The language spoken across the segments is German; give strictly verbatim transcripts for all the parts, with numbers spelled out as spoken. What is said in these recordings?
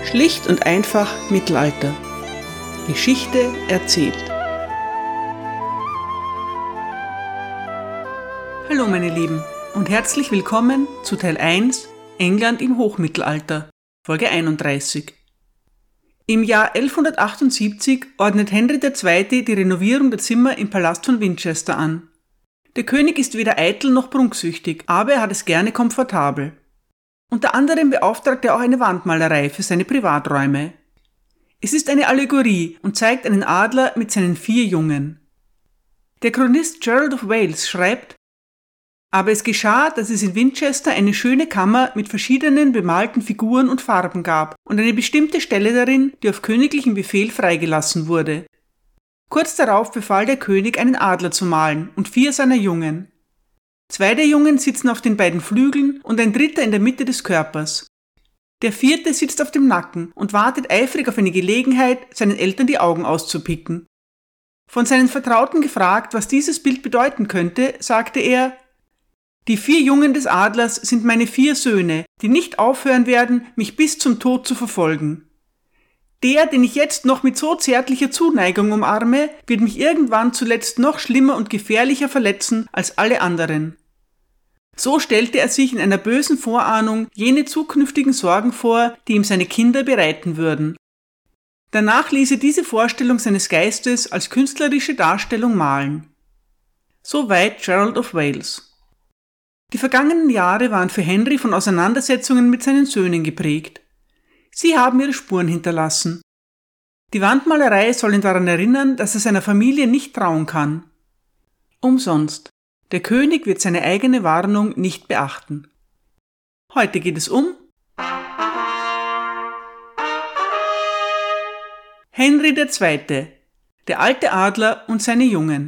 Schlicht und einfach Mittelalter. Geschichte erzählt. Hallo meine Lieben und herzlich willkommen zu Teil eins England im Hochmittelalter, Folge einunddreißig. Im Jahr elfhundertachtundsiebzig ordnet Henry der Zweite die Renovierung der Zimmer im Palast von Winchester an. Der König ist weder eitel noch prunksüchtig, aber er hat es gerne komfortabel. Unter anderem beauftragt er auch eine Wandmalerei für seine Privaträume. Es ist eine Allegorie und zeigt einen Adler mit seinen vier Jungen. Der Chronist Gerald of Wales schreibt: Aber es geschah, dass es in Winchester eine schöne Kammer mit verschiedenen bemalten Figuren und Farben gab und eine bestimmte Stelle darin, die auf königlichen Befehl freigelassen wurde. Kurz darauf befahl der König, einen Adler zu malen und vier seiner Jungen. Zwei der Jungen sitzen auf den beiden Flügeln und ein dritter in der Mitte des Körpers. Der vierte sitzt auf dem Nacken und wartet eifrig auf eine Gelegenheit, seinen Eltern die Augen auszupicken. Von seinen Vertrauten gefragt, was dieses Bild bedeuten könnte, sagte er: Die vier Jungen des Adlers sind meine vier Söhne, die nicht aufhören werden, mich bis zum Tod zu verfolgen. Der, den ich jetzt noch mit so zärtlicher Zuneigung umarme, wird mich irgendwann zuletzt noch schlimmer und gefährlicher verletzen als alle anderen. So stellte er sich in einer bösen Vorahnung jene zukünftigen Sorgen vor, die ihm seine Kinder bereiten würden. Danach ließ er diese Vorstellung seines Geistes als künstlerische Darstellung malen. Soweit Gerald of Wales. Die vergangenen Jahre waren für Henry von Auseinandersetzungen mit seinen Söhnen geprägt. Sie haben ihre Spuren hinterlassen. Die Wandmalerei soll ihn daran erinnern, dass er seiner Familie nicht trauen kann. Umsonst. Der König wird seine eigene Warnung nicht beachten. Heute geht es um Henry der Zweite, der alte Adler und seine Jungen.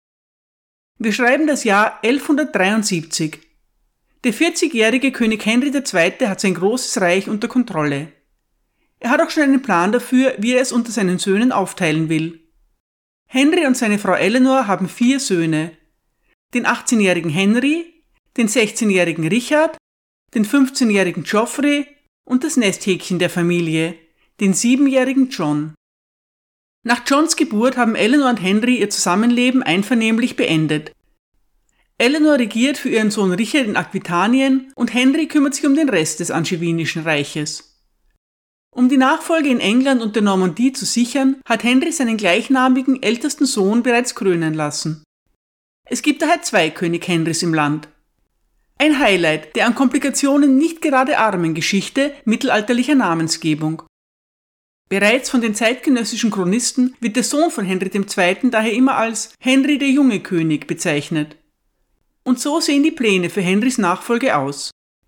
Wir schreiben das Jahr elfhundertdreiundsiebzig. Der vierzigjährige König Henry der Zweite hat sein großes Reich unter Kontrolle. Er hat auch schon einen Plan dafür, wie er es unter seinen Söhnen aufteilen will. Henry und seine Frau Eleanor haben vier Söhne: den achtzehnjährigen Henry, den sechzehnjährigen Richard, den fünfzehnjährigen Geoffrey und das Nesthäkchen der Familie, den siebenjährigen John. Nach Johns Geburt haben Eleanor und Henry ihr Zusammenleben einvernehmlich beendet. Eleanor regiert für ihren Sohn Richard in Aquitanien und Henry kümmert sich um den Rest des Angewinischen Reiches. Um die Nachfolge in England und der Normandie zu sichern, hat Henry seinen gleichnamigen ältesten Sohn bereits krönen lassen. Es gibt daher zwei König Henrys im Land. Ein Highlight der an Komplikationen nicht gerade armen Geschichte mittelalterlicher Namensgebung. Bereits von den zeitgenössischen Chronisten wird der Sohn von Henry der Zweite daher immer als Henry der junge König bezeichnet. Und so sehen die Pläne für Henrys Nachfolge aus.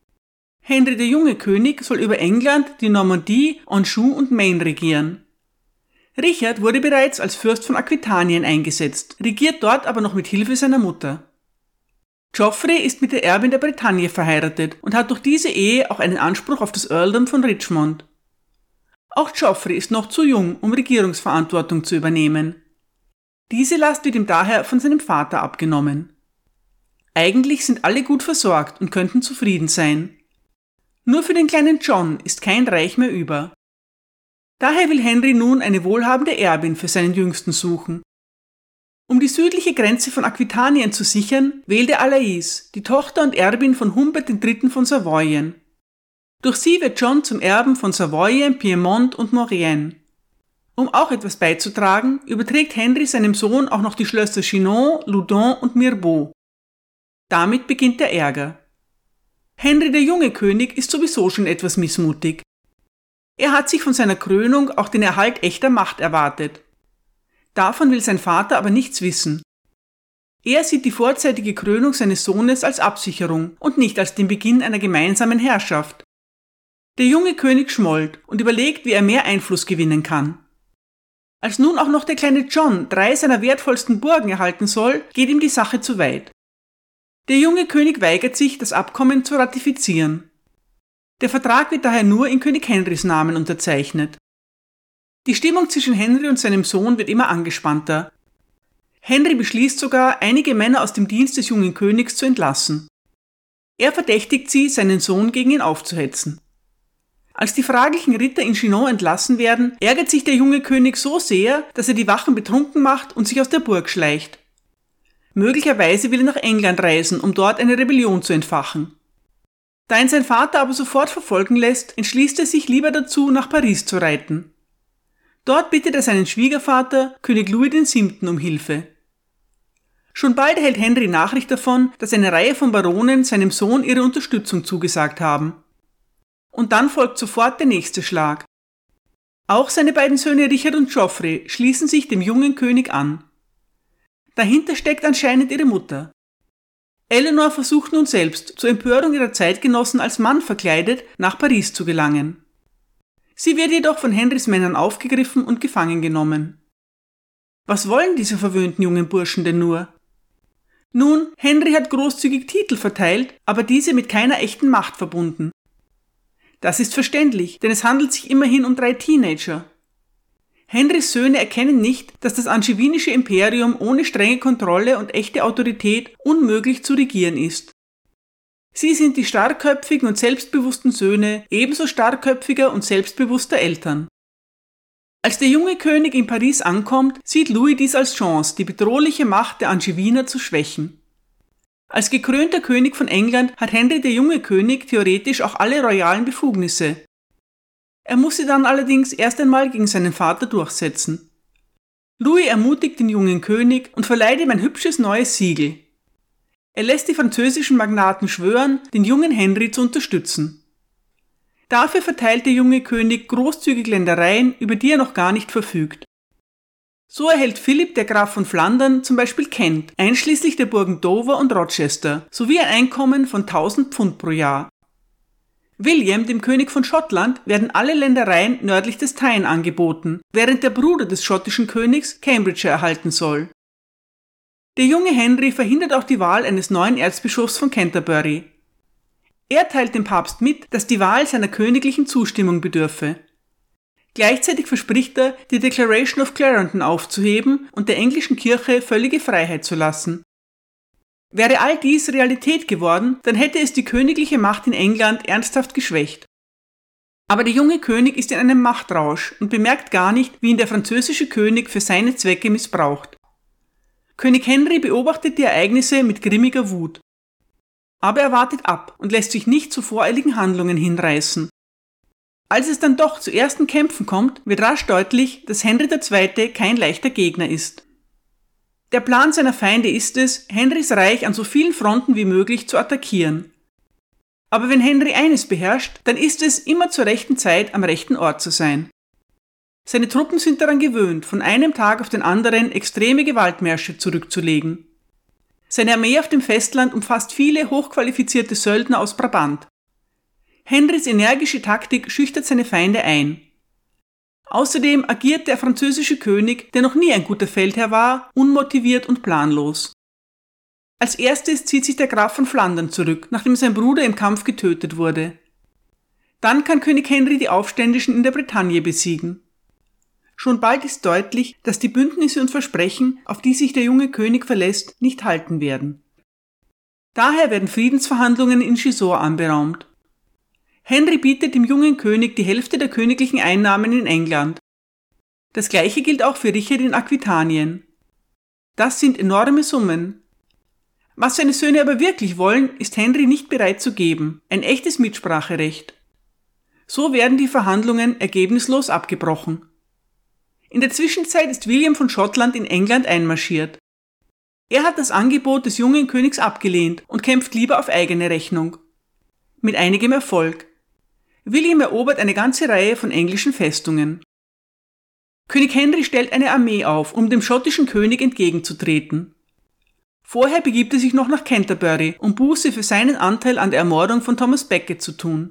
Henry der junge König soll über England, die Normandie, Anjou und Maine regieren. Richard wurde bereits als Fürst von Aquitanien eingesetzt, regiert dort aber noch mit Hilfe seiner Mutter. Geoffrey ist mit der Erbin der Bretagne verheiratet und hat durch diese Ehe auch einen Anspruch auf das Earldom von Richmond. Auch Geoffrey ist noch zu jung, um Regierungsverantwortung zu übernehmen. Diese Last wird ihm daher von seinem Vater abgenommen. Eigentlich sind alle gut versorgt und könnten zufrieden sein. Nur für den kleinen John ist kein Reich mehr über. Daher will Henry nun eine wohlhabende Erbin für seinen Jüngsten suchen. Um die südliche Grenze von Aquitanien zu sichern, wählt er Alais, die Tochter und Erbin von Humbert der Dritte von Savoyen. Durch sie wird John zum Erben von Savoyen, Piemont und Maurienne. Um auch etwas beizutragen, überträgt Henry seinem Sohn auch noch die Schlösser Chinon, Loudun und Mirebeau. Damit beginnt der Ärger. Henry der junge König ist sowieso schon etwas missmutig. Er hat sich von seiner Krönung auch den Erhalt echter Macht erwartet. Davon will sein Vater aber nichts wissen. Er sieht die vorzeitige Krönung seines Sohnes als Absicherung und nicht als den Beginn einer gemeinsamen Herrschaft. Der junge König schmollt und überlegt, wie er mehr Einfluss gewinnen kann. Als nun auch noch der kleine John drei seiner wertvollsten Burgen erhalten soll, geht ihm die Sache zu weit. Der junge König weigert sich, das Abkommen zu ratifizieren. Der Vertrag wird daher nur in König Henrys Namen unterzeichnet. Die Stimmung zwischen Henry und seinem Sohn wird immer angespannter. Henry beschließt sogar, einige Männer aus dem Dienst des jungen Königs zu entlassen. Er verdächtigt sie, seinen Sohn gegen ihn aufzuhetzen. Als die fraglichen Ritter in Chinon entlassen werden, ärgert sich der junge König so sehr, dass er die Wachen betrunken macht und sich aus der Burg schleicht. Möglicherweise will er nach England reisen, um dort eine Rebellion zu entfachen. Da ihn sein Vater aber sofort verfolgen lässt, entschließt er sich lieber dazu, nach Paris zu reiten. Dort bittet er seinen Schwiegervater, König Louis der Siebte, um Hilfe. Schon bald erhält Henry Nachricht davon, dass eine Reihe von Baronen seinem Sohn ihre Unterstützung zugesagt haben. Und dann folgt sofort der nächste Schlag. Auch seine beiden Söhne Richard und Geoffrey schließen sich dem jungen König an. Dahinter steckt anscheinend ihre Mutter. Eleanor versucht nun selbst, zur Empörung ihrer Zeitgenossen als Mann verkleidet, nach Paris zu gelangen. Sie wird jedoch von Henrys Männern aufgegriffen und gefangen genommen. Was wollen diese verwöhnten jungen Burschen denn nur? Nun, Henry hat großzügig Titel verteilt, aber diese mit keiner echten Macht verbunden. Das ist verständlich, denn es handelt sich immerhin um drei Teenager. Henrys Söhne erkennen nicht, dass das angevinische Imperium ohne strenge Kontrolle und echte Autorität unmöglich zu regieren ist. Sie sind die starkköpfigen und selbstbewussten Söhne ebenso starkköpfiger und selbstbewusster Eltern. Als der junge König in Paris ankommt, sieht Louis dies als Chance, die bedrohliche Macht der Angeviner zu schwächen. Als gekrönter König von England hat Henry der junge König theoretisch auch alle royalen Befugnisse. Er muss sie dann allerdings erst einmal gegen seinen Vater durchsetzen. Louis ermutigt den jungen König und verleiht ihm ein hübsches neues Siegel. Er lässt die französischen Magnaten schwören, den jungen Henry zu unterstützen. Dafür verteilt der junge König großzügig Ländereien, über die er noch gar nicht verfügt. So erhält Philipp, der Graf von Flandern, zum Beispiel Kent, einschließlich der Burgen Dover und Rochester, sowie ein Einkommen von tausend Pfund pro Jahr. William, dem König von Schottland, werden alle Ländereien nördlich des Tyne angeboten, während der Bruder des schottischen Königs Cambridgeshire erhalten soll. Der junge Henry verhindert auch die Wahl eines neuen Erzbischofs von Canterbury. Er teilt dem Papst mit, dass die Wahl seiner königlichen Zustimmung bedürfe. Gleichzeitig verspricht er, die Declaration of Clarendon aufzuheben und der englischen Kirche völlige Freiheit zu lassen. Wäre all dies Realität geworden, dann hätte es die königliche Macht in England ernsthaft geschwächt. Aber der junge König ist in einem Machtrausch und bemerkt gar nicht, wie ihn der französische König für seine Zwecke missbraucht. König Henry beobachtet die Ereignisse mit grimmiger Wut. Aber er wartet ab und lässt sich nicht zu voreiligen Handlungen hinreißen. Als es dann doch zu ersten Kämpfen kommt, wird rasch deutlich, dass Henry der Zweite kein leichter Gegner ist. Der Plan seiner Feinde ist es, Henrys Reich an so vielen Fronten wie möglich zu attackieren. Aber wenn Henry eines beherrscht, dann ist es, immer zur rechten Zeit am rechten Ort zu sein. Seine Truppen sind daran gewöhnt, von einem Tag auf den anderen extreme Gewaltmärsche zurückzulegen. Seine Armee auf dem Festland umfasst viele hochqualifizierte Söldner aus Brabant. Henrys energische Taktik schüchtert seine Feinde ein. Außerdem agiert der französische König, der noch nie ein guter Feldherr war, unmotiviert und planlos. Als erstes zieht sich der Graf von Flandern zurück, nachdem sein Bruder im Kampf getötet wurde. Dann kann König Henry die Aufständischen in der Bretagne besiegen. Schon bald ist deutlich, dass die Bündnisse und Versprechen, auf die sich der junge König verlässt, nicht halten werden. Daher werden Friedensverhandlungen in Gisors anberaumt. Henry bietet dem jungen König die Hälfte der königlichen Einnahmen in England. Das gleiche gilt auch für Richard in Aquitanien. Das sind enorme Summen. Was seine Söhne aber wirklich wollen, ist Henry nicht bereit zu geben, ein echtes Mitspracherecht. So werden die Verhandlungen ergebnislos abgebrochen. In der Zwischenzeit ist William von Schottland in England einmarschiert. Er hat das Angebot des jungen Königs abgelehnt und kämpft lieber auf eigene Rechnung. Mit einigem Erfolg. William erobert eine ganze Reihe von englischen Festungen. König Henry stellt eine Armee auf, um dem schottischen König entgegenzutreten. Vorher begibt er sich noch nach Canterbury, um Buße für seinen Anteil an der Ermordung von Thomas Becket zu tun.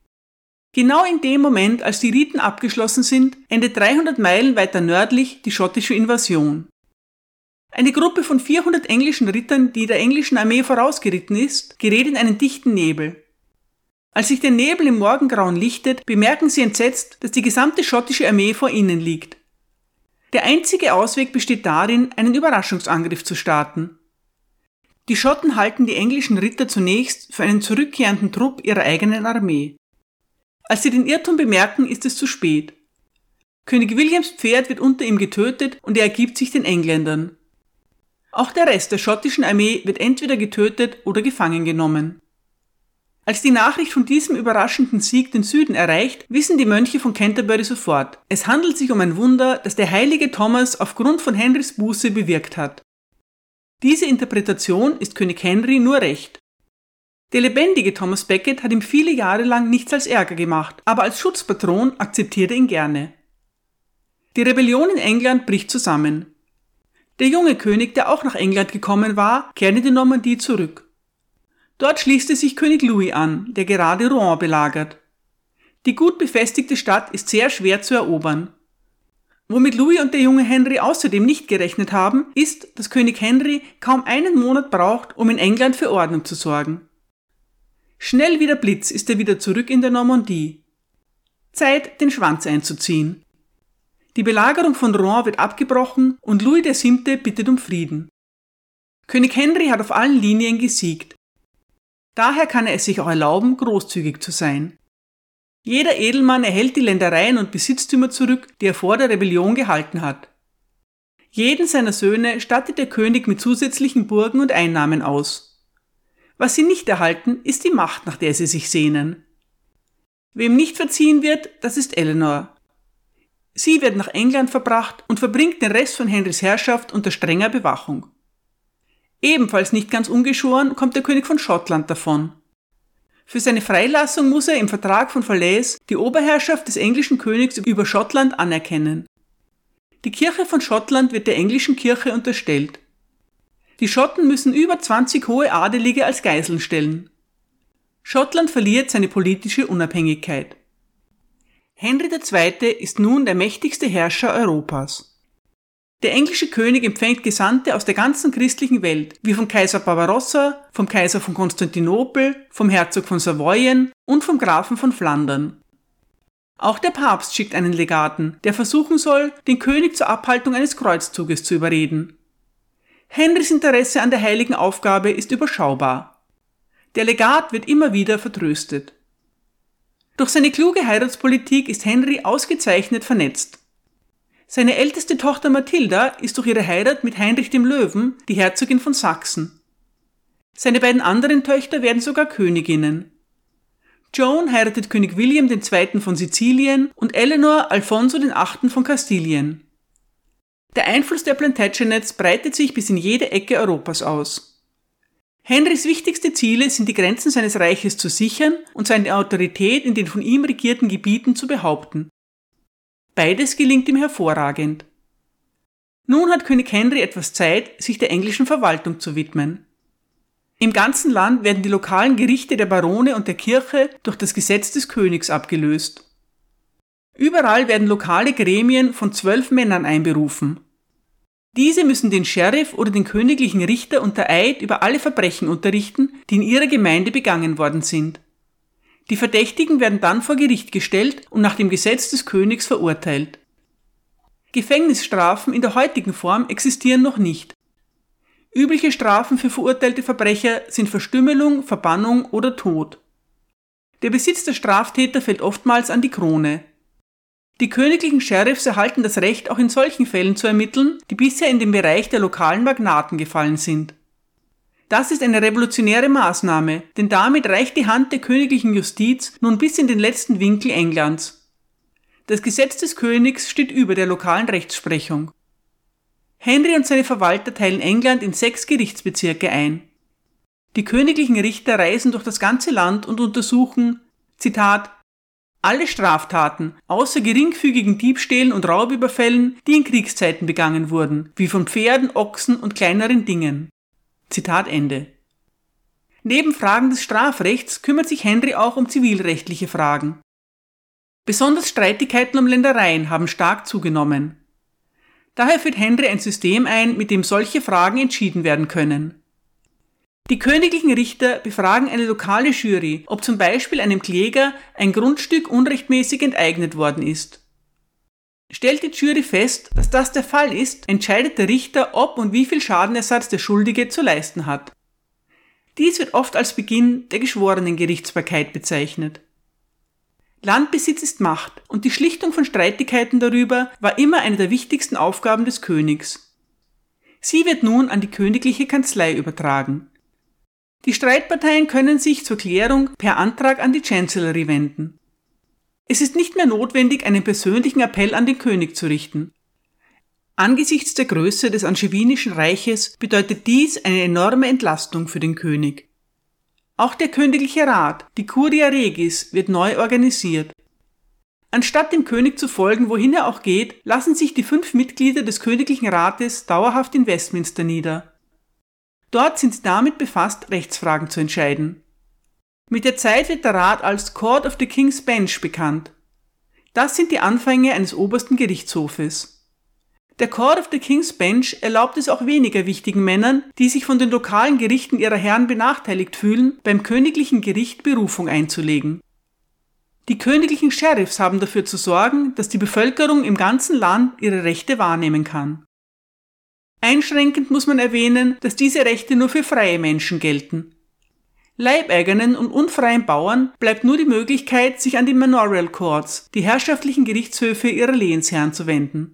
Genau in dem Moment, als die Riten abgeschlossen sind, endet dreihundert Meilen weiter nördlich die schottische Invasion. Eine Gruppe von vierhundert englischen Rittern, die der englischen Armee vorausgeritten ist, gerät in einen dichten Nebel. Als sich der Nebel im Morgengrauen lichtet, bemerken sie entsetzt, dass die gesamte schottische Armee vor ihnen liegt. Der einzige Ausweg besteht darin, einen Überraschungsangriff zu starten. Die Schotten halten die englischen Ritter zunächst für einen zurückkehrenden Trupp ihrer eigenen Armee. Als sie den Irrtum bemerken, ist es zu spät. König Williams Pferd wird unter ihm getötet und er ergibt sich den Engländern. Auch der Rest der schottischen Armee wird entweder getötet oder gefangen genommen. Als die Nachricht von diesem überraschenden Sieg den Süden erreicht, wissen die Mönche von Canterbury sofort, es handelt sich um ein Wunder, das der heilige Thomas aufgrund von Henrys Buße bewirkt hat. Diese Interpretation ist König Henry nur recht. Der lebendige Thomas Becket hat ihm viele Jahre lang nichts als Ärger gemacht, aber als Schutzpatron akzeptiert er ihn gerne. Die Rebellion in England bricht zusammen. Der junge König, der auch nach England gekommen war, kehrt in die Normandie zurück. Dort schließt er sich König Louis an, der gerade Rouen belagert. Die gut befestigte Stadt ist sehr schwer zu erobern. Womit Louis und der junge Henry außerdem nicht gerechnet haben, ist, dass König Henry kaum einen Monat braucht, um in England für Ordnung zu sorgen. Schnell wie der Blitz ist er wieder zurück in der Normandie. Zeit, den Schwanz einzuziehen. Die Belagerung von Rouen wird abgebrochen und Louis der Siebte bittet um Frieden. König Henry hat auf allen Linien gesiegt. Daher kann er es sich auch erlauben, großzügig zu sein. Jeder Edelmann erhält die Ländereien und Besitztümer zurück, die er vor der Rebellion gehalten hat. Jeden seiner Söhne stattet der König mit zusätzlichen Burgen und Einnahmen aus. Was sie nicht erhalten, ist die Macht, nach der sie sich sehnen. Wem nicht verziehen wird, das ist Eleanor. Sie wird nach England verbracht und verbringt den Rest von Henrys Herrschaft unter strenger Bewachung. Ebenfalls nicht ganz ungeschoren kommt der König von Schottland davon. Für seine Freilassung muss er im Vertrag von Falaise die Oberherrschaft des englischen Königs über Schottland anerkennen. Die Kirche von Schottland wird der englischen Kirche unterstellt. Die Schotten müssen über zwanzig hohe Adelige als Geiseln stellen. Schottland verliert seine politische Unabhängigkeit. Henry der Zweite ist nun der mächtigste Herrscher Europas. Der englische König empfängt Gesandte aus der ganzen christlichen Welt, wie vom Kaiser Barbarossa, vom Kaiser von Konstantinopel, vom Herzog von Savoyen und vom Grafen von Flandern. Auch der Papst schickt einen Legaten, der versuchen soll, den König zur Abhaltung eines Kreuzzuges zu überreden. Henrys Interesse an der heiligen Aufgabe ist überschaubar. Der Legat wird immer wieder vertröstet. Durch seine kluge Heiratspolitik ist Henry ausgezeichnet vernetzt. Seine älteste Tochter Mathilda ist durch ihre Heirat mit Heinrich dem Löwen die Herzogin von Sachsen. Seine beiden anderen Töchter werden sogar Königinnen. Joan heiratet König William der Zweite von Sizilien und Eleanor Alfonso der Achte von Kastilien. Der Einfluss der Plantagenets breitet sich bis in jede Ecke Europas aus. Henrys wichtigste Ziele sind die Grenzen seines Reiches zu sichern und seine Autorität in den von ihm regierten Gebieten zu behaupten. Beides gelingt ihm hervorragend. Nun hat König Henry etwas Zeit, sich der englischen Verwaltung zu widmen. Im ganzen Land werden die lokalen Gerichte der Barone und der Kirche durch das Gesetz des Königs abgelöst. Überall werden lokale Gremien von zwölf Männern einberufen. Diese müssen den Sheriff oder den königlichen Richter unter Eid über alle Verbrechen unterrichten, die in ihrer Gemeinde begangen worden sind. Die Verdächtigen werden dann vor Gericht gestellt und nach dem Gesetz des Königs verurteilt. Gefängnisstrafen in der heutigen Form existieren noch nicht. Übliche Strafen für verurteilte Verbrecher sind Verstümmelung, Verbannung oder Tod. Der Besitz der Straftäter fällt oftmals an die Krone. Die königlichen Sheriffs erhalten das Recht, auch in solchen Fällen zu ermitteln, die bisher in den Bereich der lokalen Magnaten gefallen sind. Das ist eine revolutionäre Maßnahme, denn damit reicht die Hand der königlichen Justiz nun bis in den letzten Winkel Englands. Das Gesetz des Königs steht über der lokalen Rechtsprechung. Henry und seine Verwalter teilen England in sechs Gerichtsbezirke ein. Die königlichen Richter reisen durch das ganze Land und untersuchen, Zitat, alle Straftaten, außer geringfügigen Diebstählen und Raubüberfällen, die in Kriegszeiten begangen wurden, wie von Pferden, Ochsen und kleineren Dingen. Zitat Ende. Neben Fragen des Strafrechts kümmert sich Henry auch um zivilrechtliche Fragen. Besonders Streitigkeiten um Ländereien haben stark zugenommen. Daher führt Henry ein System ein, mit dem solche Fragen entschieden werden können. Die königlichen Richter befragen eine lokale Jury, ob zum Beispiel einem Kläger ein Grundstück unrechtmäßig enteignet worden ist. Stellt die Jury fest, dass das der Fall ist, entscheidet der Richter, ob und wie viel Schadenersatz der Schuldige zu leisten hat. Dies wird oft als Beginn der geschworenen Gerichtsbarkeit bezeichnet. Landbesitz ist Macht und die Schlichtung von Streitigkeiten darüber war immer eine der wichtigsten Aufgaben des Königs. Sie wird nun an die königliche Kanzlei übertragen. Die Streitparteien können sich zur Klärung per Antrag an die Chancellery wenden. Es ist nicht mehr notwendig, einen persönlichen Appell an den König zu richten. Angesichts der Größe des Angewinischen Reiches bedeutet dies eine enorme Entlastung für den König. Auch der königliche Rat, die Curia Regis, wird neu organisiert. Anstatt dem König zu folgen, wohin er auch geht, lassen sich die fünf Mitglieder des königlichen Rates dauerhaft in Westminster nieder. Dort sind sie damit befasst, Rechtsfragen zu entscheiden. Mit der Zeit wird der Rat als Court of the King's Bench bekannt. Das sind die Anfänge eines obersten Gerichtshofes. Der Court of the King's Bench erlaubt es auch weniger wichtigen Männern, die sich von den lokalen Gerichten ihrer Herren benachteiligt fühlen, beim königlichen Gericht Berufung einzulegen. Die königlichen Sheriffs haben dafür zu sorgen, dass die Bevölkerung im ganzen Land ihre Rechte wahrnehmen kann. Einschränkend muss man erwähnen, dass diese Rechte nur für freie Menschen gelten. Leibeigenen und unfreien Bauern bleibt nur die Möglichkeit, sich an die Manorial Courts, die herrschaftlichen Gerichtshöfe ihrer Lehensherren, zu wenden.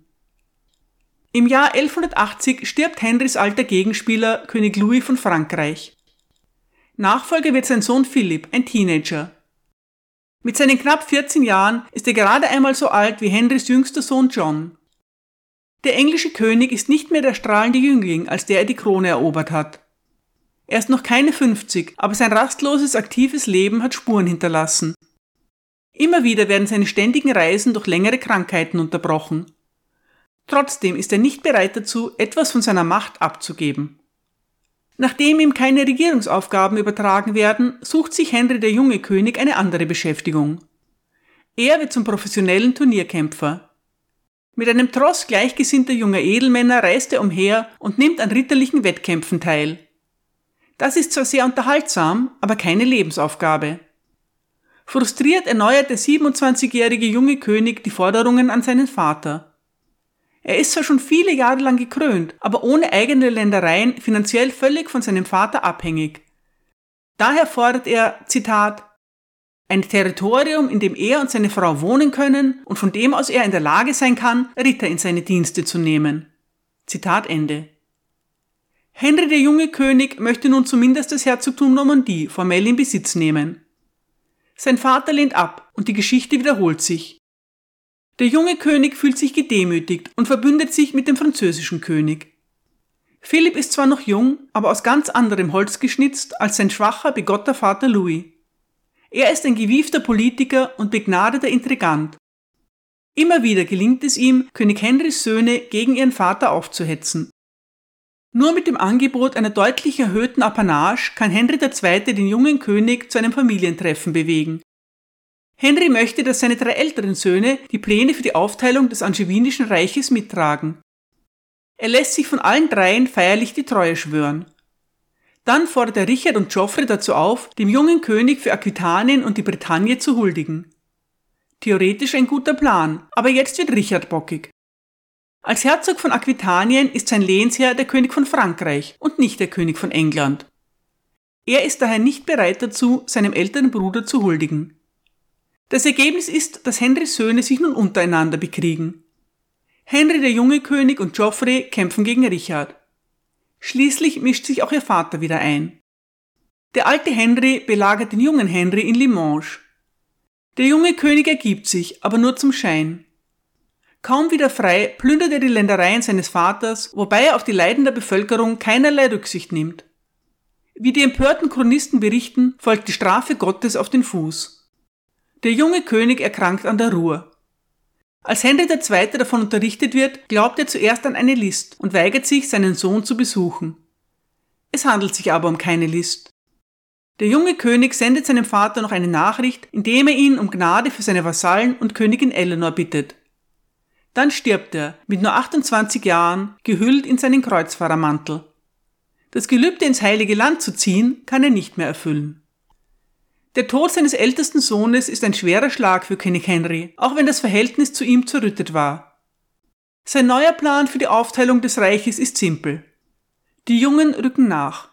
Im Jahr elfhundertachtzig stirbt Henrys alter Gegenspieler, König Louis von Frankreich. Nachfolger wird sein Sohn Philipp, ein Teenager. Mit seinen knapp vierzehn Jahren ist er gerade einmal so alt wie Henrys jüngster Sohn John. Der englische König ist nicht mehr der strahlende Jüngling, als der er die Krone erobert hat. Er ist noch keine fünfzig, aber sein rastloses, aktives Leben hat Spuren hinterlassen. Immer wieder werden seine ständigen Reisen durch längere Krankheiten unterbrochen. Trotzdem ist er nicht bereit dazu, etwas von seiner Macht abzugeben. Nachdem ihm keine Regierungsaufgaben übertragen werden, sucht sich Henry der junge König eine andere Beschäftigung. Er wird zum professionellen Turnierkämpfer. Mit einem Tross gleichgesinnter junger Edelmänner reist er umher und nimmt an ritterlichen Wettkämpfen teil. Das ist zwar sehr unterhaltsam, aber keine Lebensaufgabe. Frustriert erneuert der siebenundzwanzigjährige junge König die Forderungen an seinen Vater. Er ist zwar schon viele Jahre lang gekrönt, aber ohne eigene Ländereien finanziell völlig von seinem Vater abhängig. Daher fordert er, Zitat, ein Territorium, in dem er und seine Frau wohnen können und von dem aus er in der Lage sein kann, Ritter in seine Dienste zu nehmen. Zitat Ende. Henry der junge König möchte nun zumindest das Herzogtum Normandie formell in Besitz nehmen. Sein Vater lehnt ab und die Geschichte wiederholt sich. Der junge König fühlt sich gedemütigt und verbündet sich mit dem französischen König. Philipp ist zwar noch jung, aber aus ganz anderem Holz geschnitzt als sein schwacher, bigotter Vater Louis. Er ist ein gewiefter Politiker und begnadeter Intrigant. Immer wieder gelingt es ihm, König Henrys Söhne gegen ihren Vater aufzuhetzen. Nur mit dem Angebot einer deutlich erhöhten Apanage kann Henry der Zweite den jungen König zu einem Familientreffen bewegen. Henry möchte, dass seine drei älteren Söhne die Pläne für die Aufteilung des Angewinischen Reiches mittragen. Er lässt sich von allen dreien feierlich die Treue schwören. Dann fordert er Richard und Geoffrey dazu auf, dem jungen König für Aquitanien und die Bretagne zu huldigen. Theoretisch ein guter Plan, aber jetzt wird Richard bockig. Als Herzog von Aquitanien ist sein Lehnsherr der König von Frankreich und nicht der König von England. Er ist daher nicht bereit dazu, seinem älteren Bruder zu huldigen. Das Ergebnis ist, dass Henrys Söhne sich nun untereinander bekriegen. Henry der junge König und Geoffrey kämpfen gegen Richard. Schließlich mischt sich auch ihr Vater wieder ein. Der alte Henry belagert den jungen Henry in Limoges. Der junge König ergibt sich, aber nur zum Schein. Kaum wieder frei plündert er die Ländereien seines Vaters, wobei er auf die Leiden der Bevölkerung keinerlei Rücksicht nimmt. Wie die empörten Chronisten berichten, folgt die Strafe Gottes auf den Fuß. Der junge König erkrankt an der Ruhr. Als Henry der Zweite davon unterrichtet wird, glaubt er zuerst an eine List und weigert sich, seinen Sohn zu besuchen. Es handelt sich aber um keine List. Der junge König sendet seinem Vater noch eine Nachricht, indem er ihn um Gnade für seine Vasallen und Königin Eleanor bittet. Dann stirbt er, mit nur achtundzwanzig Jahren, gehüllt in seinen Kreuzfahrermantel. Das Gelübde, ins Heilige Land zu ziehen, kann er nicht mehr erfüllen. Der Tod seines ältesten Sohnes ist ein schwerer Schlag für König Henry, auch wenn das Verhältnis zu ihm zerrüttet war. Sein neuer Plan für die Aufteilung des Reiches ist simpel. Die Jungen rücken nach.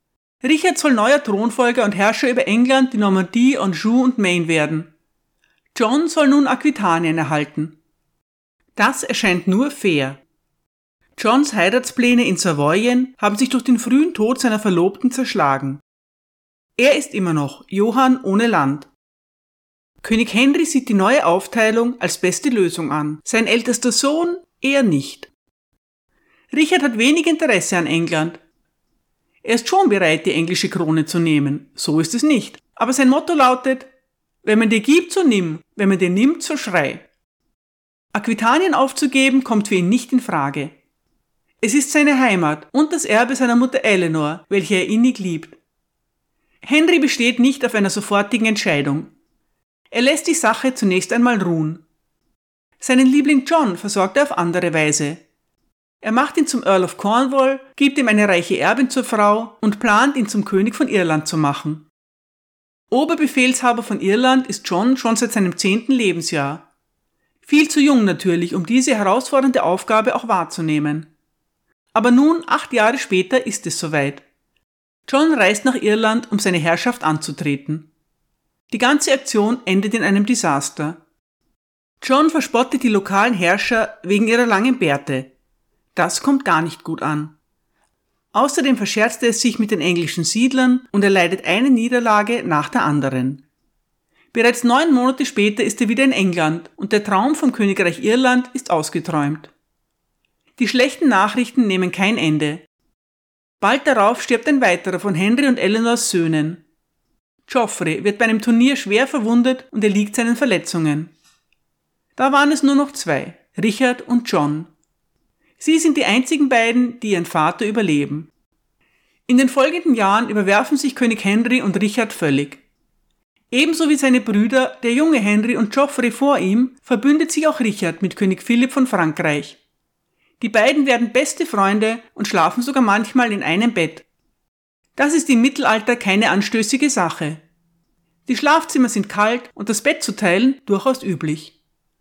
Richard soll neuer Thronfolger und Herrscher über England, die Normandie, Anjou und Maine werden. John soll nun Aquitanien erhalten. Das erscheint nur fair. Johns Heiratspläne in Savoyen haben sich durch den frühen Tod seiner Verlobten zerschlagen. Er ist immer noch Johann ohne Land. König Henry sieht die neue Aufteilung als beste Lösung an, sein ältester Sohn eher nicht. Richard hat wenig Interesse an England. Er ist schon bereit, die englische Krone zu nehmen, so ist es nicht. Aber sein Motto lautet, wenn man dir gibt, so nimm, wenn man dir nimmt, so schrei. Aquitanien aufzugeben kommt für ihn nicht in Frage. Es ist seine Heimat und das Erbe seiner Mutter Eleanor, welche er innig liebt. Henry besteht nicht auf einer sofortigen Entscheidung. Er lässt die Sache zunächst einmal ruhen. Seinen Liebling John versorgt er auf andere Weise. Er macht ihn zum Earl of Cornwall, gibt ihm eine reiche Erbin zur Frau und plant, ihn zum König von Irland zu machen. Oberbefehlshaber von Irland ist John schon seit seinem zehnten Lebensjahr. Viel zu jung natürlich, um diese herausfordernde Aufgabe auch wahrzunehmen. Aber nun, acht Jahre später, ist es soweit. John reist nach Irland, um seine Herrschaft anzutreten. Die ganze Aktion endet in einem Desaster. John verspottet die lokalen Herrscher wegen ihrer langen Bärte. Das kommt gar nicht gut an. Außerdem verscherzt er es sich mit den englischen Siedlern und erleidet eine Niederlage nach der anderen. Bereits neun Monate später ist er wieder in England und der Traum vom Königreich Irland ist ausgeträumt. Die schlechten Nachrichten nehmen kein Ende. Bald darauf stirbt ein weiterer von Henry und Eleanors Söhnen. Geoffrey wird bei einem Turnier schwer verwundet und erliegt seinen Verletzungen. Da waren es nur noch zwei, Richard und John. Sie sind die einzigen beiden, die ihren Vater überleben. In den folgenden Jahren überwerfen sich König Henry und Richard völlig. Ebenso wie seine Brüder, der junge Henry und Geoffrey vor ihm, verbündet sich auch Richard mit König Philipp von Frankreich. Die beiden werden beste Freunde und schlafen sogar manchmal in einem Bett. Das ist im Mittelalter keine anstößige Sache. Die Schlafzimmer sind kalt und das Bett zu teilen durchaus üblich.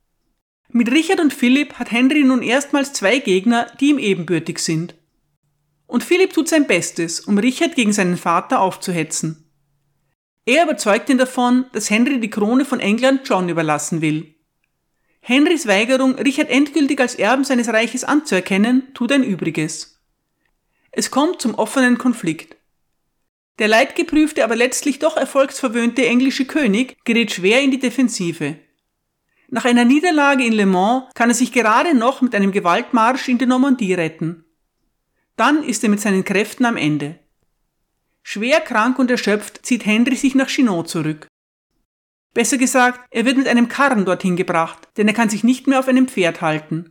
Mit Richard und Philipp hat Henry nun erstmals zwei Gegner, die ihm ebenbürtig sind. Und Philipp tut sein Bestes, um Richard gegen seinen Vater aufzuhetzen. Er überzeugt ihn davon, dass Henry die Krone von England John überlassen will. Henrys Weigerung, Richard endgültig als Erben seines Reiches anzuerkennen, tut ein Übriges. Es kommt zum offenen Konflikt. Der leidgeprüfte, aber letztlich doch erfolgsverwöhnte englische König gerät schwer in die Defensive. Nach einer Niederlage in Le Mans kann er sich gerade noch mit einem Gewaltmarsch in die Normandie retten. Dann ist er mit seinen Kräften am Ende. Schwer krank und erschöpft zieht Henry sich nach Chinon zurück. Besser gesagt, er wird mit einem Karren dorthin gebracht, denn er kann sich nicht mehr auf einem Pferd halten.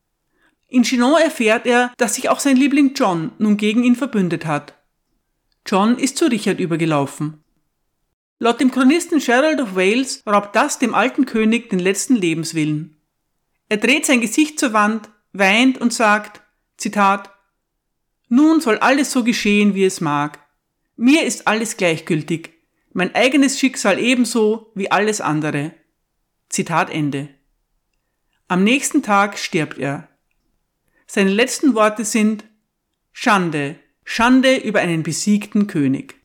In Chinon erfährt er, dass sich auch sein Liebling John nun gegen ihn verbündet hat. John ist zu Richard übergelaufen. Laut dem Chronisten Gerald of Wales raubt das dem alten König den letzten Lebenswillen. Er dreht sein Gesicht zur Wand, weint und sagt, Zitat, »Nun soll alles so geschehen, wie es mag. Mir ist alles gleichgültig. Mein eigenes Schicksal ebenso wie alles andere.« Zitat Ende. Am nächsten Tag stirbt er. Seine letzten Worte sind Schande, Schande über einen besiegten König.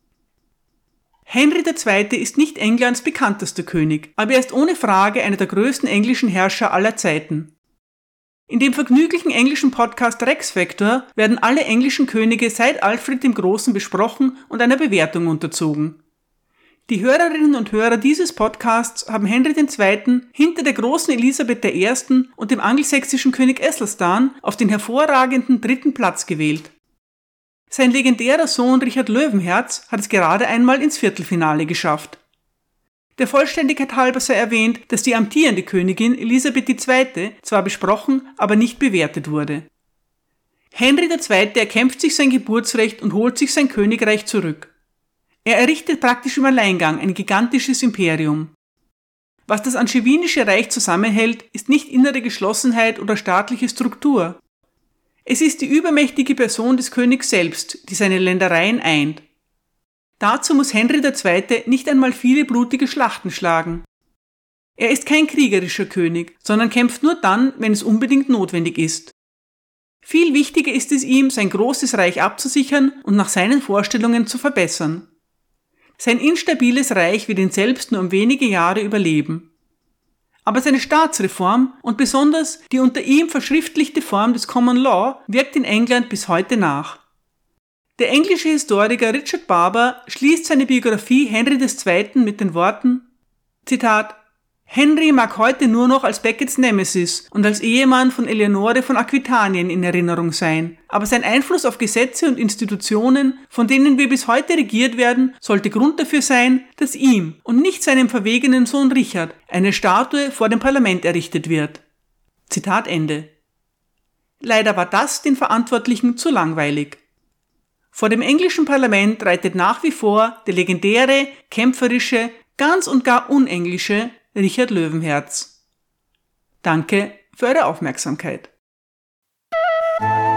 Henry der Zweite ist nicht Englands bekanntester König, aber er ist ohne Frage einer der größten englischen Herrscher aller Zeiten. In dem vergnüglichen englischen Podcast Rex Factor werden alle englischen Könige seit Alfred dem Großen besprochen und einer Bewertung unterzogen. Die Hörerinnen und Hörer dieses Podcasts haben Henry der Zweite hinter der großen Elisabeth der Erste und dem angelsächsischen König Æthelstan auf den hervorragenden dritten Platz gewählt. Sein legendärer Sohn Richard Löwenherz hat es gerade einmal ins Viertelfinale geschafft. Der Vollständigkeit halber sei erwähnt, dass die amtierende Königin Elisabeth die Zweite zwar besprochen, aber nicht bewertet wurde. Henry der Zweite erkämpft sich sein Geburtsrecht und holt sich sein Königreich zurück. Er errichtet praktisch im Alleingang ein gigantisches Imperium. Was das angevinische Reich zusammenhält, ist nicht innere Geschlossenheit oder staatliche Struktur. Es ist die übermächtige Person des Königs selbst, die seine Ländereien eint. Dazu muss Henry der Zweite nicht einmal viele blutige Schlachten schlagen. Er ist kein kriegerischer König, sondern kämpft nur dann, wenn es unbedingt notwendig ist. Viel wichtiger ist es ihm, sein großes Reich abzusichern und nach seinen Vorstellungen zu verbessern. Sein instabiles Reich wird ihn selbst nur um wenige Jahre überleben. Aber seine Staatsreform und besonders die unter ihm verschriftlichte Form des Common Law wirkt in England bis heute nach. Der englische Historiker Richard Barber schließt seine Biografie Henry des Zweiten mit den Worten, Zitat, Henry mag heute nur noch als Beckets Nemesis und als Ehemann von Eleonore von Aquitanien in Erinnerung sein, aber sein Einfluss auf Gesetze und Institutionen, von denen wir bis heute regiert werden, sollte Grund dafür sein, dass ihm und nicht seinem verwegenen Sohn Richard eine Statue vor dem Parlament errichtet wird. Zitat Ende. Leider war das den Verantwortlichen zu langweilig. Vor dem englischen Parlament reitet nach wie vor der legendäre, kämpferische, ganz und gar unenglische Richard Löwenherz. Danke für eure Aufmerksamkeit.